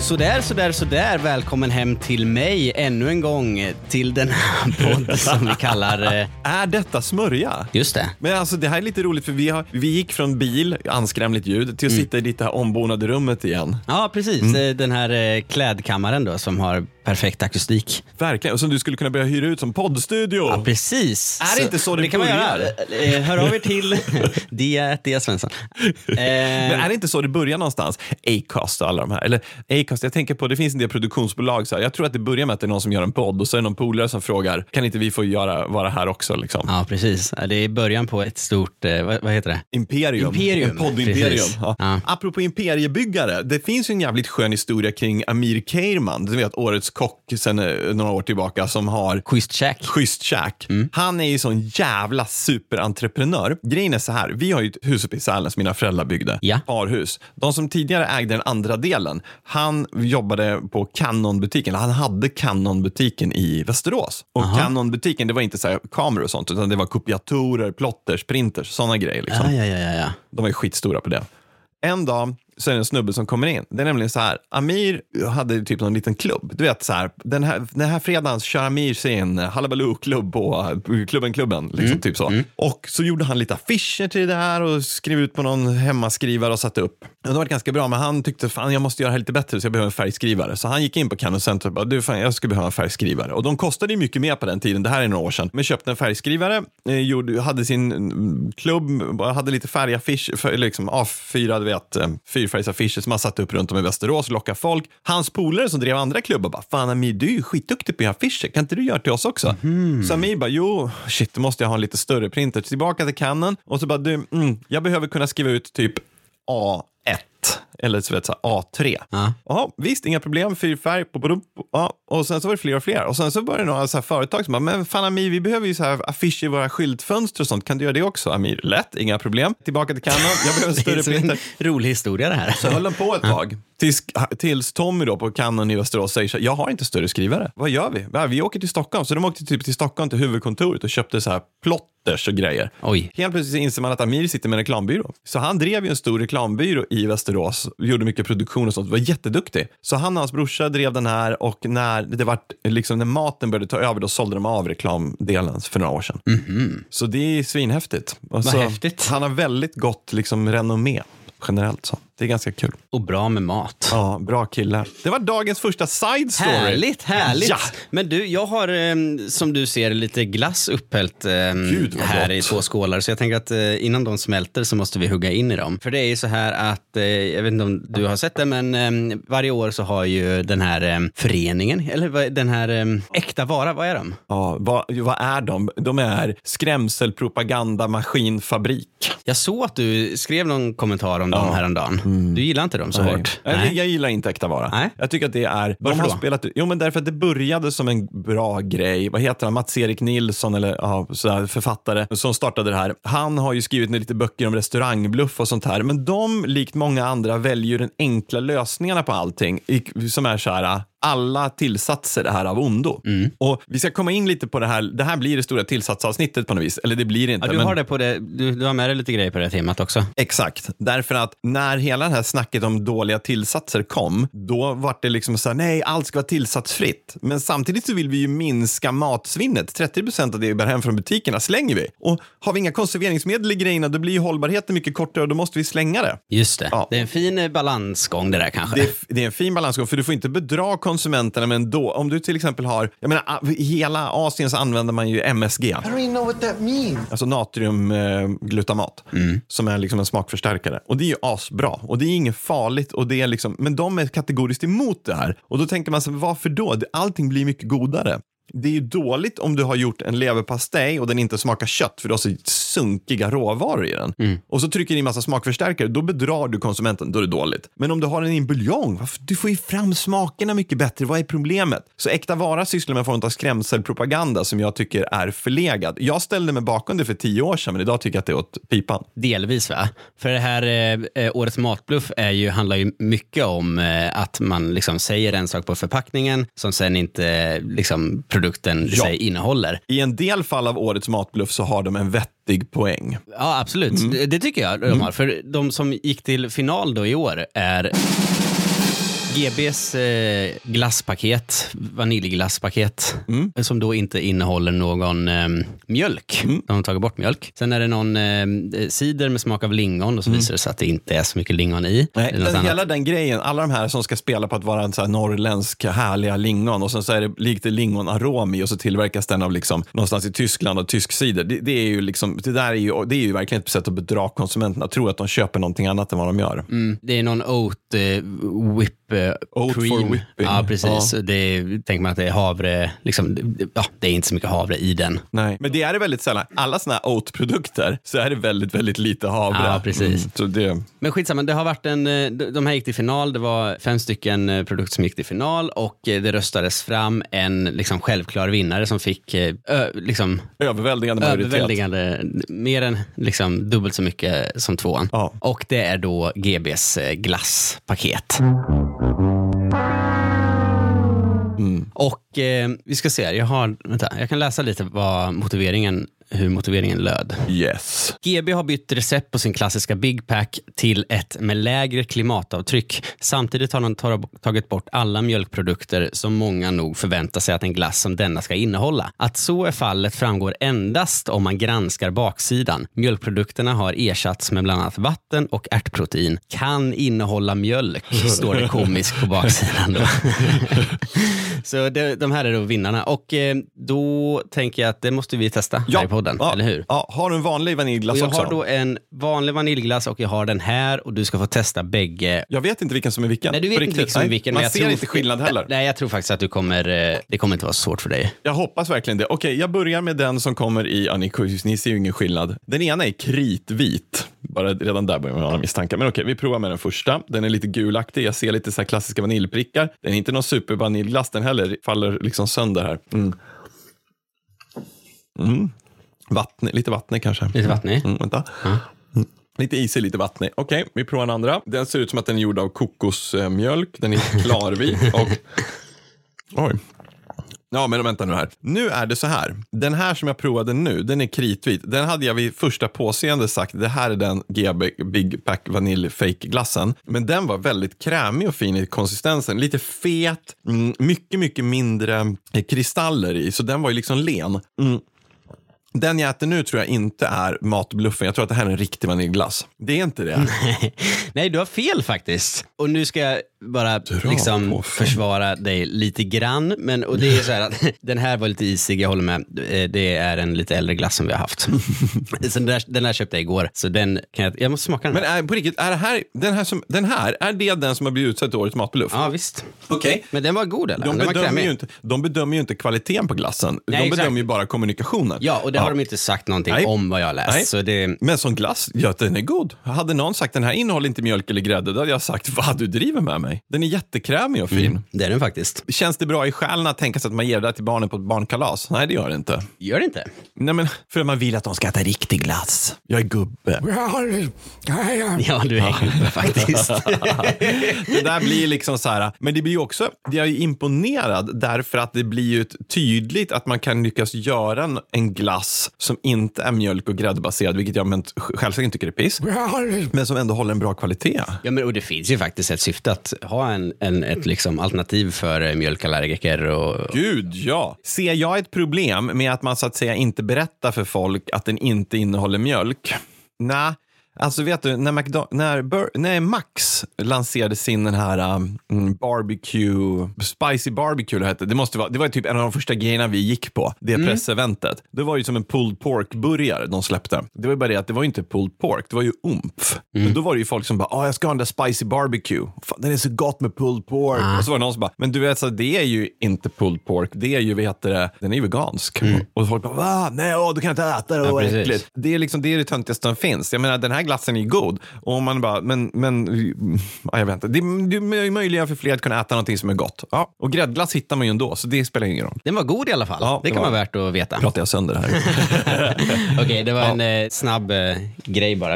Sådär. Välkommen hem till mig ännu en gång till den här podden som vi kallar... Är detta smörja? Just det. Men alltså det här är lite roligt för vi gick från bil, anskrämligt ljud, till att sitta i ditt här ombonade rummet igen. Ja, precis. Den här klädkammaren då som har perfekt akustik. Verkligen, och som du skulle kunna börja hyra ut som poddstudio. Ja, precis. Är det inte så det kan börjar? Man göra. Hör av er till Dia Svensson. Men är det inte så det börjar någonstans? Acast och alla de här. Eller Acast, jag tänker på, det finns en del produktionsbolag så här. Jag tror att det börjar med att det är någon som gör en podd och så är det någon polare som frågar, kan inte vi få vara här också liksom? Ja, precis. Det är början på ett stort, vad heter det? Imperium. En poddimperium. Ja. Ja. Apropå imperiebyggare, det finns ju en jävligt skön historia kring Amir Keirman, du vet årets kock sen några år tillbaka som har Schysst Käk. Han är ju sån jävla superentreprenör. Grejen är så här, vi har ju ett hus uppe i Sälen som mina föräldrar byggde. Ja. Parhus. De som tidigare ägde den andra delen, han jobbade på Canon-butiken. Han hade Canon-butiken i Västerås. Och Canon-butiken, det var inte så här kameror och sånt, utan det var kopiatorer, plotters, printers, sådana grejer liksom. Ja. De var ju skitstora på det. En dag så är det en snubbe som kommer in. Det är nämligen så här, Amir hade typ någon liten klubb. Du vet så här, den här fredagen kör Amir sin Hallabaloo-klubb på klubben, liksom typ så. Och så gjorde han lite affischer till det här och skrev ut på någon hemmaskrivare och satte upp. Och det var ganska bra, men han tyckte, fan jag måste göra det här lite bättre så jag behöver en färgskrivare. Så han gick in på Canon Center och bara, du fan jag ska behöva en färgskrivare. Och de kostade ju mycket mer på den tiden, det här är några år sedan. Men köpte en färgskrivare, hade sin klubb, hade lite färgaffischer, liksom A4, du vet, fyrfärgsaffischer som man satt upp runt om i Västerås, locka folk. Hans polare som drev andra klubbar bara, fan Amir, du är ju skitduktig på affischer, kan inte du göra till oss också? Så Amir bara, jo, shit, då måste jag ha en lite större printer. Tillbaka till Canon och så bara, jag behöver kunna skriva ut typ A1 eller så vet jag, A3. Ja, visst, inga problem, fyrfärg och sen så var det fler och fler. Och sen så var det några så här företag som bara, men fan Amir, vi behöver ju så här affischer i våra skyltfönster och sånt. Kan du göra det också, Amir? Lätt, inga problem. Tillbaka till Canon, jag behöver större printer. Rolig historia det här. Så höll de på ett tag. Tills Tommy då på Canon i Västerås säger så här, jag har inte större skrivare. Vad gör vi? Ja, vi åker till Stockholm. Så de åkte typ till Stockholm till huvudkontoret och köpte så här plotters och grejer. Oj. Helt plötsligt inser man att Amir sitter med en reklambyrå. Så han drev ju en stor reklambyrå i Västerås. Gjorde mycket produktion och sånt. Var jätteduktig. Så han och hans brorsa drev den här och när det var liksom när maten började ta över då sålde de av reklamdelen för några år sedan. Så det är svinhäftigt. Vad häftigt. Han har väldigt gott liksom renommé generellt så. Det är ganska kul. Och bra med mat. Ja, bra killar. Det var dagens första side story. Härligt. Ja. Men du, jag har som du ser lite glass upphällt här i 2 skålar. Så jag tänker att innan de smälter så måste vi hugga in i dem. För det är ju så här att, jag vet inte om du har sett det, men varje år så har ju den här föreningen, eller den här Äkta Vara, vad är de? Ja, vad är de? De är skrämselpropaganda maskinfabrik. Jag såg att du skrev någon kommentar om dem häromdagen. Du gillar inte dem så hårt? Nej. Jag gillar inte Äkta Vara. Nej. Jag tycker att det är... Varför då? Spelat, men därför att det började som en bra grej. Vad heter han? Mats-Erik Nilsson eller sådär, författare som startade det här. Han har ju skrivit lite böcker om restaurangbluff och sånt här. Men de, likt många andra, väljer den enkla lösningarna på allting. Som är så här... Alla tillsatser det här av ondo. Och vi ska komma in lite på det här. Det här blir det stora tillsatsavsnittet på något vis. Eller det blir det inte. Ja, har det på det. Du har med dig lite grejer på det temat också. Exakt. Därför att när hela det här snacket om dåliga tillsatser kom, då var det liksom så här, nej, allt ska vara tillsatsfritt. Men samtidigt så vill vi ju minska matsvinnet. 30% av det vi bär hem från butikerna slänger vi. Och har vi inga konserveringsmedel i grejerna, då blir ju hållbarheten mycket kortare och då måste vi slänga det. Just det. Ja. Det är en fin balansgång det där kanske. Det är en fin balansgång, för du får inte bedra konsumenterna, men då, om du till exempel har, jag menar, i hela Asien så använder man ju MSG. I don't even know what that means. Alltså natriumglutamat, som är liksom en smakförstärkare. Och det är ju asbra. Och det är inget farligt. Och det är liksom, men de är kategoriskt emot det här. Och då tänker man så, varför då? Allting blir mycket godare. Det är ju dåligt om du har gjort en leverpastej och den inte smakar kött, för du har så sunkiga råvaror i den. Och så trycker du in massa smakförstärkare, då bedrar du konsumenten, då är det dåligt. Men om du har den i en buljong, du får ju fram smakerna mycket bättre. Vad är problemet? Så Äkta Vara sysslar med en form av skrämselpropaganda som jag tycker är förlegad. Jag ställde mig bakom det för 10 år sedan, men idag tycker jag att det är åt pipan. Delvis, va? För det här årets matbluff handlar ju mycket om att man liksom säger en sak på förpackningen som sen inte liksom produkten sig innehåller. I en del fall av årets matbluff så har de en vettig poäng. Ja, absolut. Det tycker jag de har. För de som gick till final då i år är GBs glasspaket, vaniljglasspaket, som då inte innehåller någon mjölk. De har tagit bort mjölk. Sen är det någon cider med smak av lingon och så visar det sig att det inte är så mycket lingon i. Nej, hela den grejen, alla de här som ska spela på att vara en så här norrländsk härliga lingon och sen så är det lite lingonarom i och så tillverkas den av liksom någonstans i Tyskland och tysk cider. Det är ju liksom, det är ju verkligen ett sätt att bedra konsumenterna, tror att de köper någonting annat än vad de gör. Det är någon oat whip oat cream. for whipping. Ja, precis. Ja. Tänker man att det är havre, liksom, det är inte så mycket havre i den. Nej, men det är det väldigt sällan. Alla såna här oat-produkter så är det väldigt, väldigt lite havre. Ja, precis. Så det... Men skitsamma, det har varit de här gick till final, det var 5 stycken produkter som gick till final och det röstades fram en liksom självklar vinnare som fick liksom överväldigande majoritet. Mer än liksom dubbelt så mycket som 2. Ja. Och det är då GBs glasspaket. Och vi ska se, jag kan läsa lite hur motiveringen löd. Yes. GB har bytt recept på sin klassiska Big Pack till ett med lägre klimatavtryck. Samtidigt har de tagit bort alla mjölkprodukter som många nog förväntar sig att en glass som denna ska innehålla. Att så är fallet framgår endast om man granskar baksidan. Mjölkprodukterna har ersatts med bland annat vatten och ärtprotein. Kan innehålla mjölk, står det komiskt på baksidan då. Så de här är då vinnarna. Och då tänker jag att det måste vi testa här i podden, eller hur? Ja, har du en vanlig vaniljglass också? Jag har då en vanlig vaniljglass och jag har den här och du ska få testa bägge. Jag vet inte vilken som är vilken. Nej, du vet inte vilken som är vilken. Man ser inte skillnad heller. Nej, jag tror faktiskt att det kommer inte vara svårt för dig. Jag hoppas verkligen det. Okej, jag börjar med den som kommer i ni ser ju ingen skillnad. Den ena är kritvit. Bara redan där börjar man ha misstankar. Men okej, vi provar med den första. Den är lite gulaktig. Jag ser lite så här klassiska vaniljprickar. Den är inte någon supervaniljglass den heller. Faller liksom sönder här. Lite vattnig kanske. Lite vattnig? Vänta. Lite isig, lite vattnig. Okej, vi provar den andra. Den ser ut som att den är gjord av kokosmjölk. Den är klarvit och... Oj. Ja, men vänta nu här. Nu är det så här. Den här som jag provade nu, den är kritvit. Den hade jag vid första påseende sagt, det här är den GB Big Pack Vanille Fake-glassen. Men den var väldigt krämig och fin i konsistensen. Lite fet, mycket mindre kristaller i. Så den var ju liksom len. Den jag äter nu tror jag inte är matbluffen. Jag tror att det här är en riktig vaniljglass. Det är inte det. Nej, du har fel faktiskt. Och nu ska jag bara liksom försvara dig lite grann. Och det är så här att den här var lite isig, jag håller med. Det är en lite äldre glass som vi har haft. Så den där köpte jag igår. Så den kan jag måste smaka den. Men på riktigt, är det här, är det den som har blivit utsett årets matbluff? Ja, visst. Okej. Men den var god eller? De bedömer ju inte kvaliteten på glassen. Nej, de bedömer ju bara kommunikationen. Ja, och det har de inte sagt någonting om vad jag har läst. Så det... Men som glass, ja, den är god. Hade någon sagt den här innehåller inte mjölk eller grädde, då hade jag sagt, vad du driver med mig. Den är jättekrämig och fin. Det är den faktiskt. Känns det bra i själen att tänka sig att man ger det till barnen på ett barnkalas? Nej, det gör det inte. Gör det inte? Nej, men för att man vill att de ska äta riktig glass. Jag är gubbe. Ja, du är gubbe faktiskt. Det där blir liksom så här, men det blir ju också, jag är imponerad därför att det blir ju tydligt att man kan lyckas göra en glass som inte är mjölk och gräddbaserad, vilket jag själv inte tycker är piss, men som ändå håller en bra kvalitet. Ja, men och det finns ju faktiskt ett syfte att ha ett liksom alternativ för mjölkallergiker och... Gud, ja. Ser jag ett problem med att man så att säga inte berättar för folk att den inte innehåller mjölk? Nej. Alltså vet du, när Max lanserade sin den här spicy barbecue hette, det var typ en av de första grejerna vi gick på, det presseventet. Det var ju som en pulled pork-burgare de släppte. Det var ju bara det att det var ju inte pulled pork, det var ju umf. Men då var det ju folk som bara, jag ska ha den där spicy barbecue. Fan, den är så gott med pulled pork. Och så var det någon som bara, men du vet så det är ju inte pulled pork, det är ju, den är ju vegansk. Och folk bara, va? Nej, du kan inte äta det, och äckligt. Det är liksom, det är det töntigaste som finns. Jag menar, den här glassen är god. Och man bara, jag vet inte. Det är möjligt för fler att kunna äta någonting som är gott. Ja. Och gräddglass hittar man ju ändå, så det spelar ingen roll. Den var god i alla fall. Ja, det kan vara värt att veta. Pratar jag sönder här. Okej, det var en snabb grej bara.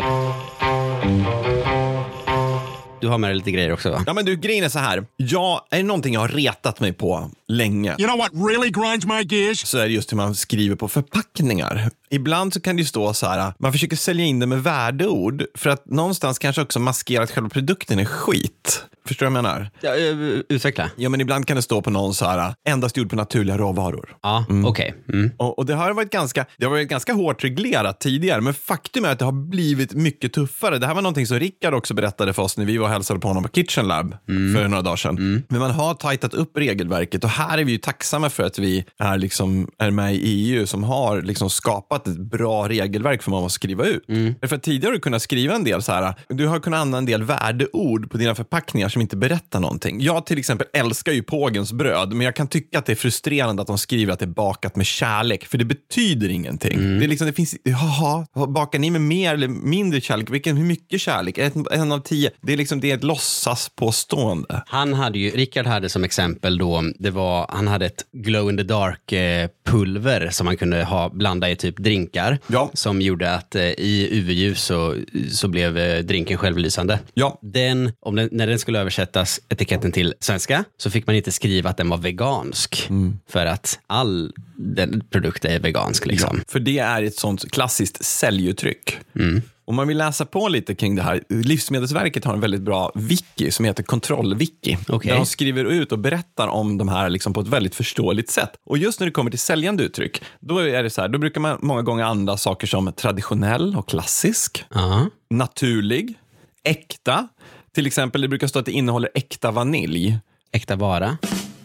Du har med lite grejer också, va? Ja, men du, grejen är så här. Är det någonting jag har retat mig på länge. You know what really grinds my gears? Så är det just hur man skriver på förpackningar. Ibland så kan det ju stå så här, man försöker sälja in det med värdeord för att någonstans kanske också maskera att själva produkten är skit. Förstår du vad jag menar? Ja, utveckla. Ja, men ibland kan det stå på någon så här, endast gjord på naturliga råvaror. Ja, okej. Och det har varit ganska hårt reglerat tidigare, men faktum är att det har blivit mycket tuffare. Det här var någonting som Rickard också berättade för oss när vi var och hälsade på honom på Kitchen Lab för några dagar sedan. Men man har tajtat upp regelverket och här är vi ju tacksamma för att vi är med i EU som har liksom skapat ett bra regelverk för vad man måste skriva ut. För att tidigare har du kunnat skriva en del så här, du har kunnat använda en del värdeord på dina förpackningar som inte berättar någonting. Jag till exempel älskar ju Pågens bröd, men jag kan tycka att det är frustrerande att de skriver att det är bakat med kärlek, för det betyder ingenting. Det är liksom, det finns, bakar ni med mer eller mindre kärlek? Hur mycket kärlek? 1 av 10. Det är liksom, det är ett låtsaspåstående. Rickard hade som exempel då, han hade ett glow in the dark pulver som man kunde blanda i typ drinkar, som gjorde att i UV-ljus så blev drinken självlysande. Ja. När den skulle översättas etiketten till svenska så fick man inte skriva att den var vegansk, för att all den produkt är vegansk liksom. Ja, för det är ett sånt klassiskt säljuttryck. Om man vill läsa på lite kring det här, Livsmedelsverket har en väldigt bra wiki som heter Kontrollwiki. Okay. Där de skriver ut och berättar om de här liksom på ett väldigt förståeligt sätt. Och just när det kommer till säljande uttryck, då är det så här, då brukar man många gånger använda saker som traditionell och klassisk, naturlig, äkta. Till exempel, det brukar stå att det innehåller äkta vanilj. Äkta vara.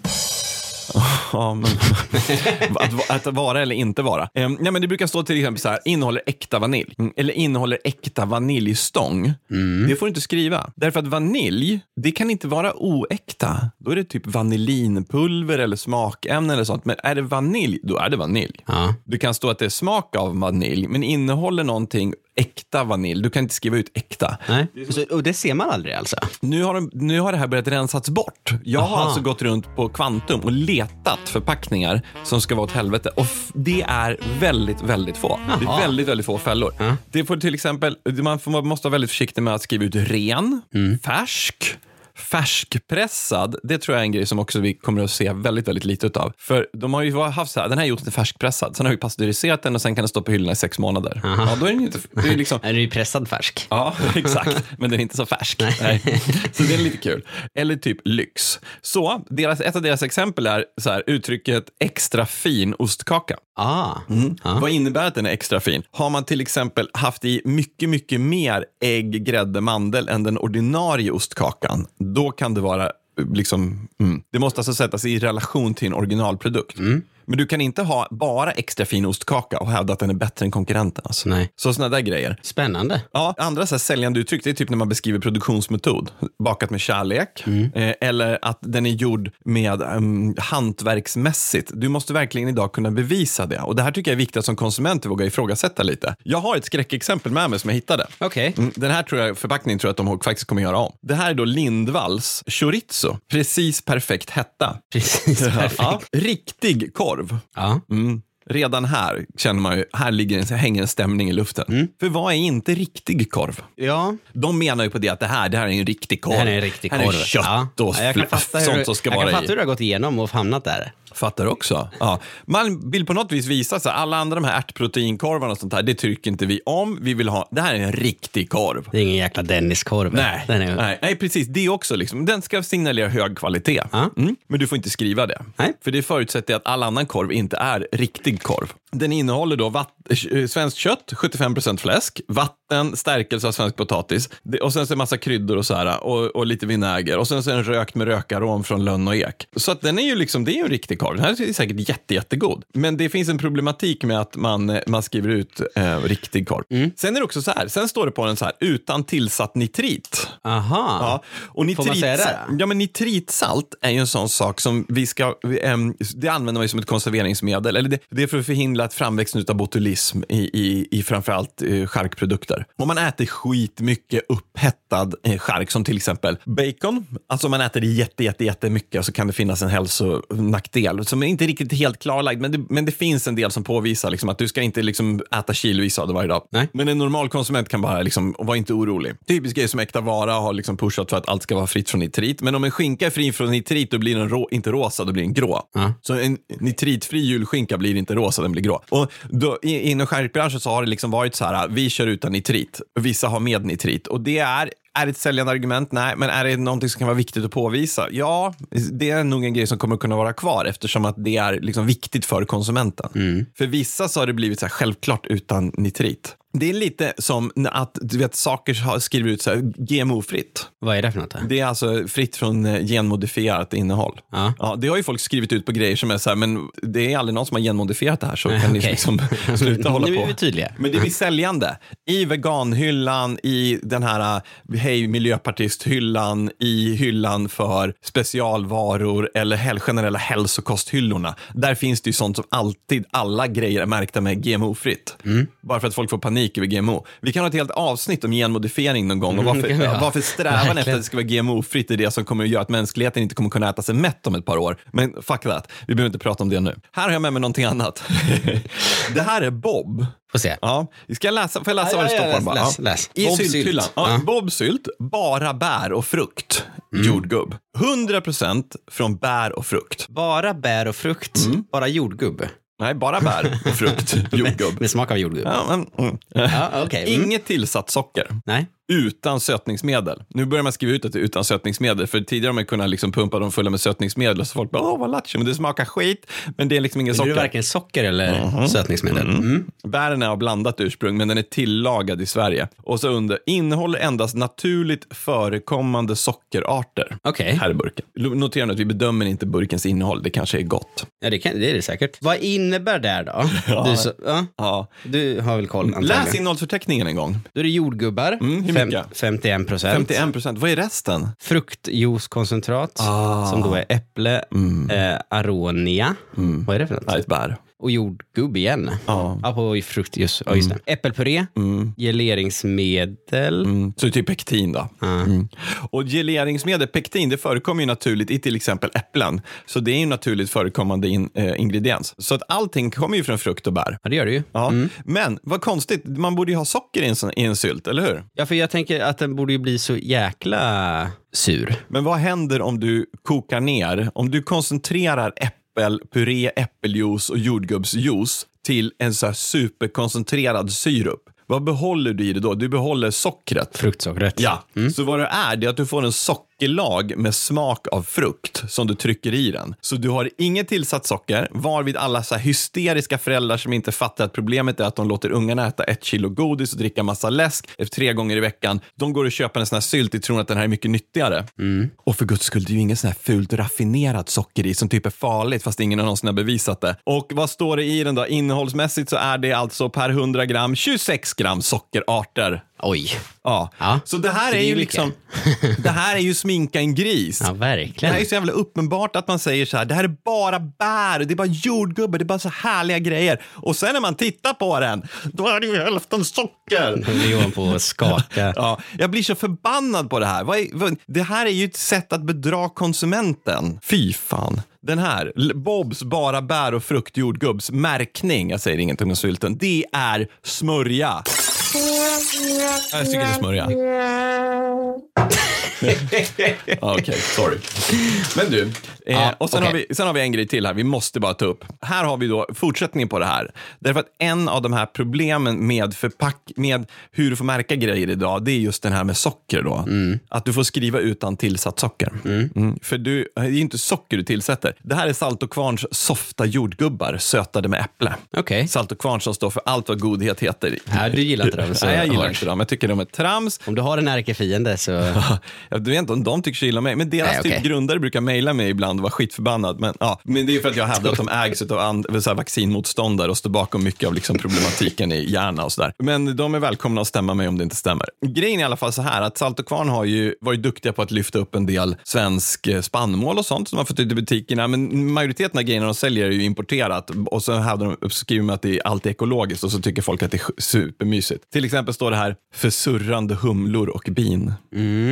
Ja, men att vara eller inte vara. Nej, men det brukar stå till exempel så här, innehåller äkta vanilj. Eller innehåller äkta vaniljstång. Det får du inte skriva. Därför att vanilj, det kan inte vara oäkta. Då är det typ vanillinpulver eller smakämne eller sånt. Men är det vanilj, då är det vanilj. Ja. Du kan stå att det är smak av vanilj, men innehåller någonting äkta vanilj. Du kan inte skriva ut äkta. Nej. Och det ser man aldrig alltså? Nu har det här börjat rensats bort. Jag har alltså gått runt på Kvantum och letat förpackningar som ska vara åt helvete. Och det är väldigt, väldigt få. Det är väldigt, väldigt få fällor. Det får till exempel, man måste vara väldigt försiktig med att skriva ut ren, färskpressad, det tror jag är en grej som också vi kommer att se väldigt, väldigt lite utav. För de har ju haft så här, den här är gjort färskpressad, sen har vi pasteuriserat den och sen kan den stå på hyllorna i 6 månader. Ja, då är den inte, det är liksom... Är den ju pressad färsk? Ja, exakt. Men den är inte så färsk. Nej. Så det är lite kul. Eller typ lyx. Så, ett av deras exempel är så här, uttrycket extra fin ostkaka. Vad innebär att den är extra fin? Har man till exempel haft i mycket, mycket mer ägg, grädde, mandel än den ordinarie ostkakan, då kan det vara liksom, det måste alltså sättas i relation till en originalprodukt. Men du kan inte ha bara extra fin ostkaka och hävda att den är bättre än konkurrenten. Alltså. Nej. Så sådana där grejer. Spännande. Ja, andra så här säljande uttryck, det är typ när man beskriver produktionsmetod. Bakat med kärlek. Eller att den är gjord med hantverksmässigt. Du måste verkligen idag kunna bevisa det. Och det här tycker jag är viktigt att som konsument våga ifrågasätta lite. Jag har ett skräckexempel med mig som jag hittade. Okej. Den här förpackningen tror jag att de faktiskt kommer göra om. Det här är då Lindvalls chorizo. Precis perfekt hetta. Precis perfekt. Ja, riktig korv. Ja. Redan här känner man ju, här hänger en stämning i luften. För vad är inte riktig korv? Ja. De menar ju på det att det här är en riktig korv. Det här är en riktig korv. Här är kött och sånt som ska vara i. Jag kan fatta hur du har gått igenom och hamnat där. Fattar också. Ja. Man vill på något vis visa så alla andra de här ärtproteinkorvarna och sånt här, det tycker inte vi om. Vi vill ha, det här är en riktig korv. Det är ingen jäkla Dennis-korv. Nej, precis. Det är också liksom, den ska signalera hög kvalitet. Men du får inte skriva det. Nej. För det förutsätter att all annan korv inte är riktig korv. Den innehåller då svenskt kött, 75% fläsk, vatten, stärkelse av svensk potatis och sen så en massa kryddor och så här och lite vinäger och sen så en rökt med rökarom från lönn och ek. Så att den är ju liksom, det är ju en riktig korv. Den här är säkert jättegod. Men det finns en problematik med att man skriver ut riktig korv. Sen är det också så här, sen står det på den så här, utan tillsatt nitrit. Aha. Ja, och får man säga det? Ja, men nitritsalt är ju en sån sak som vi ska, det använder man ju som ett konserveringsmedel, eller det är för att förhindra att framväxten av botulism i framförallt charkprodukter. Om man äter skitmycket upphettad chark, som till exempel bacon, alltså om man äter det jättemycket så kan det finnas en hälsonackdel som är inte riktigt helt klarlagd, men det finns en del som påvisar liksom, att du ska inte liksom äta kilovis av det varje dag. Nej. Men en normal konsument kan bara liksom, vara inte orolig. Typisk grej som äkta vara har liksom pushat för att allt ska vara fritt från nitrit. Men om en skinka är fri från nitrit, då blir den inte rosa, då blir den grå. Så en nitritfri julskinka blir inte rosa, den blir grå. Och då, inom skärpbranschen så har det liksom varit så här, vi kör utan nitrit. Vissa har med nitrit. Och det är det ett säljande argument? Nej. Men är det någonting som kan vara viktigt att påvisa? Ja, det är nog en grej som kommer att kunna vara kvar eftersom att det är liksom viktigt för konsumenten. För vissa så har det blivit så här självklart utan nitrit. Det är lite som att du vet, saker skriver ut så här GMO-fritt. Vad är det för något? Det är alltså fritt från genmodifierat innehåll. Ja, det har ju folk skrivit ut på grejer som är så här, men det är aldrig någon som har genmodifierat det här, så kan ni liksom sluta hålla på. Nu är vi tydliga. Men det blir säljande. I veganhyllan, i den här hej miljöpartisthyllan, i hyllan för specialvaror eller generella hälsokosthyllorna. Där finns det ju sånt som alltid alla grejer är märkta med GMO-fritt. Bara för att folk får panik över GMO. Vi kan ha ett helt avsnitt om genmodifiering någon gång och varför strävan efter att det ska vara GMO-fritt är det som kommer att göra att mänskligheten inte kommer kunna äta sig mätt om ett par år. Men fuck that, vi behöver inte prata om det nu. Här har jag med mig någonting annat. Det här är Bob. Får se. Ja, får jag läsa vad det står på? Läs. I sylthyllan. Bobsylt, bara bär och frukt. Jordgubb. 100% från bär och frukt. Bara bär och frukt, bara jordgubb. Nej, bara bär och frukt. Jordgubb. Med smak av jordgubb. Okay. Inget tillsatt socker. Nej. Utan sötningsmedel. Nu börjar man skriva ut att det är utan sötningsmedel. För tidigare har man kunnat liksom pumpa dem fulla med sötningsmedel. Och så folk bara, vad lattjo. Men det smakar skit. Men det är liksom ingen socker. Är det varken socker eller sötningsmedel? Bären är av blandat ursprung, men den är tillagad i Sverige. Och så innehåller endast naturligt förekommande sockerarter. Okej. Här är burken. Notera nu att vi bedömer inte burkens innehåll. Det kanske är gott. Ja, det är det säkert. Vad innebär det då? Du har väl koll antagligen. Läs innehållsförteckningen en gång. Då är det jordgubbar. 51%. 51%. Vad är resten? Fruktjuicekoncentrat som då är äpple, aronia. Vad är det för något? Ett bär. Och jordgubb igen. Ja, på fruktjuice. Ja, just det. Äppelpuré, geleringsmedel. Så det är typ pektin då. Och geleringsmedel, pektin, det förekommer ju naturligt i till exempel äpplen. Så det är ju naturligt förekommande ingrediens. Så att allting kommer ju från frukt och bär. Ja, det gör det ju. Ja. Men vad konstigt, man borde ju ha socker i en sylt, eller hur? Ja, för jag tänker att den borde ju bli så jäkla sur. Men vad händer om du kokar ner, om du koncentrerar äppelpuré, äppeljuice och jordgubbsjuice till en så här superkoncentrerad syrup? Vad behåller du i det då? Du behåller sockret. Fruktsockret. Ja, så vad det är att du får en sockerlag med smak av frukt som du trycker i den. Så du har inget tillsatt socker, varvid alla så här hysteriska föräldrar som inte fattar att problemet är att de låter ungarna äta 1 kilo godis och dricka massa läsk 3 gånger i veckan. De går och köper en sån här sylt i tron att den här är mycket nyttigare. Och för guds skull, det är ju ingen sån här fult raffinerat socker i som typ är farligt, fast ingen har någonsin har bevisat det. Och vad står det i den då? Innehållsmässigt så är det alltså per 100 gram 26 gram sockerarter. Oj. Ja. Så det här är ju liksom det här är ju sminka en gris. Ja, verkligen. Det här är så jävla uppenbart att man säger så här, det här är bara bär, det är bara jordgubbar, det är bara så härliga grejer. Och sen när man tittar på den, då är det ju hälften socker. Nu är Johan på att skaka. Ja, jag blir så förbannad på det här. Det här är ju ett sätt att bedra konsumenten. Fy fan. Den här, Bobs bara bär och frukt jordgubbs märkning, jag säger ingenting om sylten, det är smörja. Jag tycker det är smörja. Okej, sorry. Men du, och sen har vi en grej till här. Vi måste bara ta upp. Här har vi då fortsättningen på det här. Därför att en av de här problemen med hur du får märka grejer idag, det är just den här med socker då. Att du får skriva utan tillsatt socker. För det är inte socker du tillsätter. Det här är Salt och Kvarns softa jordgubbar sötade med äpple. Okej. Salt och Kvarn som står för allt vad godhet heter. Ja, du gillar inte dem. Nej, jag gillar inte dem. Jag tycker de är trams. Om du har en ärkefiende så... Jag vet inte om de tycker illa mig. Men deras typ grundare brukar mejla mig ibland och vara skitförbannad. Men det är för att jag hävdar att de ägs av vaccinmotståndare och står bakom mycket av liksom problematiken i hjärna och sådär. Men de är välkomna att stämma mig om det inte stämmer. Grejen är i alla fall så här att Salt och Kvarn har ju varit duktiga på att lyfta upp en del svensk spannmål och sånt som man fått ut i butikerna. Men majoriteten av grejerna de säljer är ju importerat. Och så hävdar de skriver med att det är alltid ekologiskt och så tycker folk att det är supermysigt. Till exempel står det här för surrande humlor och bin.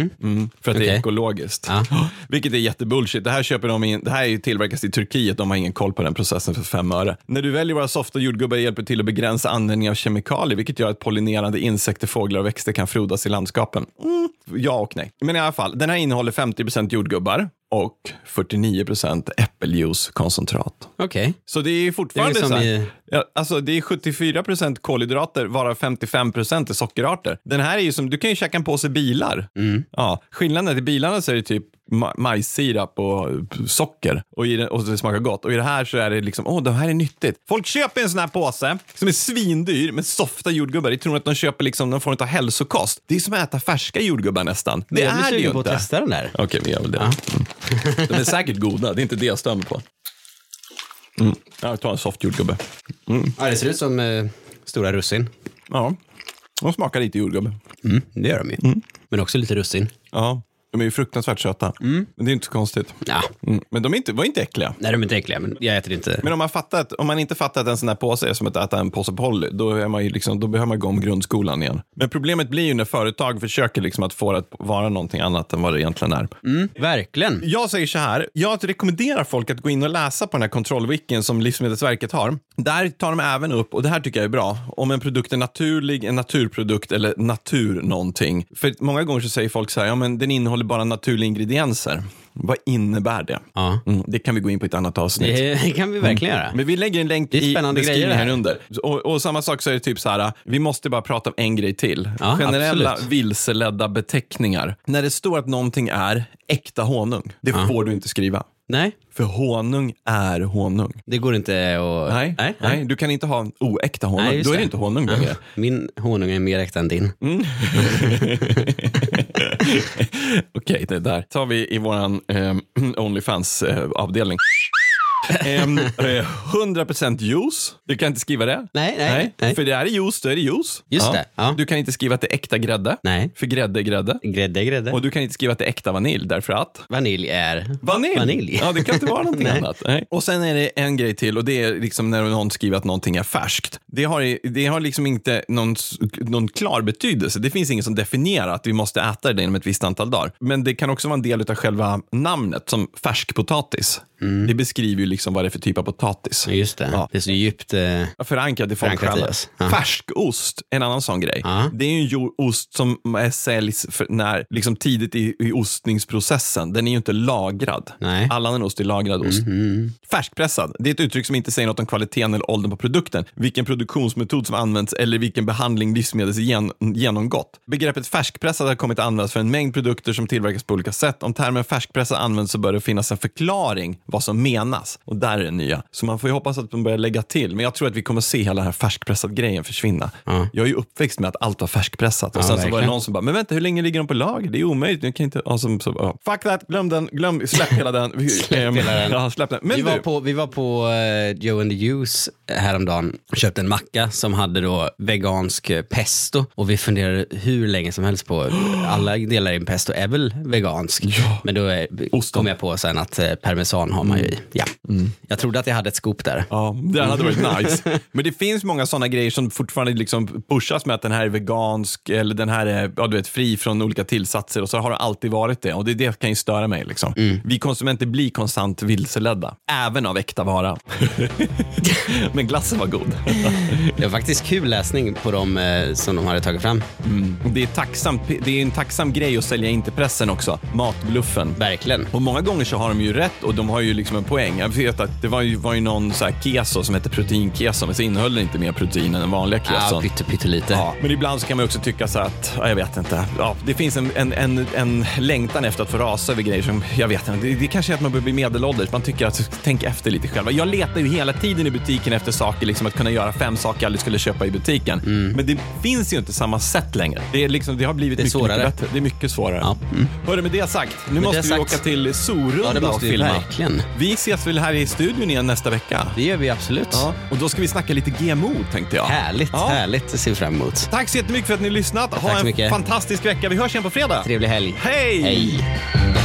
För att det är ekologiskt. Vilket är jättebullshit. Det här köper de in, det här är ju tillverkas i Turkiet, de har ingen koll på den processen för 5 öre. När du väljer våra softa jordgubbar hjälper till att begränsa användningen av kemikalier, vilket gör att pollinerande insekter, fåglar och växter kan frodas i landskapen. Ja och nej. Men i alla fall, den här innehåller 50% jordgubbar och 49% äppeljuicekoncentrat. Okej. Så det är fortfarande det är så här, alltså det är 74% kolhydrater, varav 55% är sockerarter. Den här är ju som, du kan ju käka en påse bilar. Ja, skillnaden till bilarna så är det typ majssirap och socker och det smakar gott. Och i det här så är det liksom, det här är nyttigt. Folk köper en sån här påse som är svindyr med softa jordgubbar. De tror att de köper liksom någon form av hälsokost. Det är som att äta färska jordgubbar nästan. Det är det ju inte. Att testa den där. Okej, vi gör väl det. De är säkert goda, det är inte det jag stämmer på. Jag tar en soft jordgubbe. Ja, det ser ut som stora russin. Ja, de smakar lite jordgubbe. Det gör de ju. Men också lite russin. Ja, de är ju fruktansvärt söta. Men det är inte så konstigt. Ja. Men de var inte äckliga. Nej, de är inte äckliga, men jag äter inte. Men om man inte fattar att en sån här påse är som att äta en påse Polly, då är man ju liksom, då behöver man gå om grundskolan igen. Men problemet blir ju när företag försöker liksom att få det att vara någonting annat än vad det egentligen är. Verkligen. Jag säger så här, jag rekommenderar folk att gå in och läsa på den här kontrollwicken som Livsmedelsverket har. Där tar de även upp, och det här tycker jag är bra, om en produkt är naturlig, en naturprodukt eller natur någonting. För många gånger så säger folk så här, ja men den innehåller bara naturliga ingredienser. Vad innebär det? Ja. Det kan vi gå in på ett annat avsnitt. Det kan vi verkligen göra. Men vi lägger en länk i beskrivningen här under. Och samma sak så är det typ så här, vi måste bara prata om en grej till. Ja, generella absolut. vilseledda beteckningar. När det står att någonting är äkta honung, det får du inte skriva. Nej. För honung är honung. Det går inte att... Nej, du kan inte ha en oäkta honung. Nej, då är det inte honung längre. Min honung är mer äkta än din. Okej, det där tar vi i våran OnlyFans-avdelning. 100% juice. Du kan inte skriva det. Nej. För det är juice, då är det juice. Just det. Ja. Du kan inte skriva att det är äkta grädde. Nej. För grädde är grädde. Grädde är grädde. Och du kan inte skriva att det är äkta vanilj, därför att Vanilj är... Vanilj. Ja, det kan inte vara någonting Nej. annat. Nej. Och sen är det en grej till, och det är liksom när någon skriver att någonting är färskt. Det har liksom inte någon klar betydelse. Det finns ingen som definierar att vi måste äta det inom ett visst antal dagar. Men det kan också vara en del av själva namnet, som färskpotatis. Det beskriver ju liksom vad det är för typ av potatis. Just det. Ja. Det är så djupt... Förankrat i folk själva. Ja. Färskost, en annan sån grej. Ja. Det är ju en ost som säljs när, liksom tidigt i ostningsprocessen. Den är ju inte lagrad. Nej. All annan ost är lagrad ost. Färskpressad, det är ett uttryck som inte säger något om kvaliteten eller åldern på produkten, vilken produktionsmetod som används eller vilken behandling livsmedlet genomgått. Begreppet färskpressad har kommit att användas för en mängd produkter som tillverkas på olika sätt. Om termen färskpressad används så bör det finnas en förklaring vad som menas. Och där är det nya. Så man får ju hoppas att de börjar lägga till. Men jag tror att vi kommer se hela den här färskpressad grejen försvinna. Jag är ju uppväxt med att allt var färskpressat. Och sen så var det någon som bara, men vänta, hur länge ligger de på lager? Det är omöjligt. Jag kan inte... Fuck that, släpp hela den. Släpp den. Men vi var på Joe and the Juice häromdagen och köpte en macka som hade då vegansk pesto. Och vi funderade hur länge som helst på alla delar i en pesto är väl vegansk. Ja. Men då kom jag på sen att parmesan har man ju i. Ja. Jag trodde att jag hade ett scoop där. Ja, det hade varit nice. Men det finns många sådana grejer som fortfarande liksom pushas med att den här är vegansk eller den här är fri från olika tillsatser, och så har det alltid varit det. Och det kan ju störa mig liksom. Vi konsumenter blir konstant vilseledda. Även av äkta vara. Men glassen var god. Det var faktiskt kul läsning på dem som de hade tagit fram. Det är en tacksam grej att sälja in till pressen också. Matbluffen. Verkligen. Och många gånger så har de ju rätt, och de har ju liksom en poäng. Jag vet att det var ju någon så här keso som heter proteinkeso, men så innehöll det inte mer protein än den vanliga keson. Ja, pyttelite. Ja, men ibland så kan man också tycka så att, jag vet inte. Ja, det finns en längtan efter att få rasa över grejer som, jag vet inte. Det kanske är att man börjar bli medelålders. Man tycker att, tänk efter lite själva. Jag letar ju hela tiden i butiken efter saker, liksom att kunna göra 5 saker jag aldrig skulle köpa i butiken. Men det finns ju inte samma sätt längre. Det är liksom, det har blivit mycket bättre. Det är mycket svårare. Ja. Hörru, med det sagt, nu måste vi åka till Sorunda och filma. Verkligen. Vi ses väl här i studion igen nästa vecka. Det gör vi absolut. Ja. Och då ska vi snacka lite GMO, tänkte jag. Härligt. Det ser vi fram emot. Tack så jättemycket för att ni har lyssnat. Ha en fantastisk vecka. Vi hörs igen på fredag. Trevlig helg. Hej!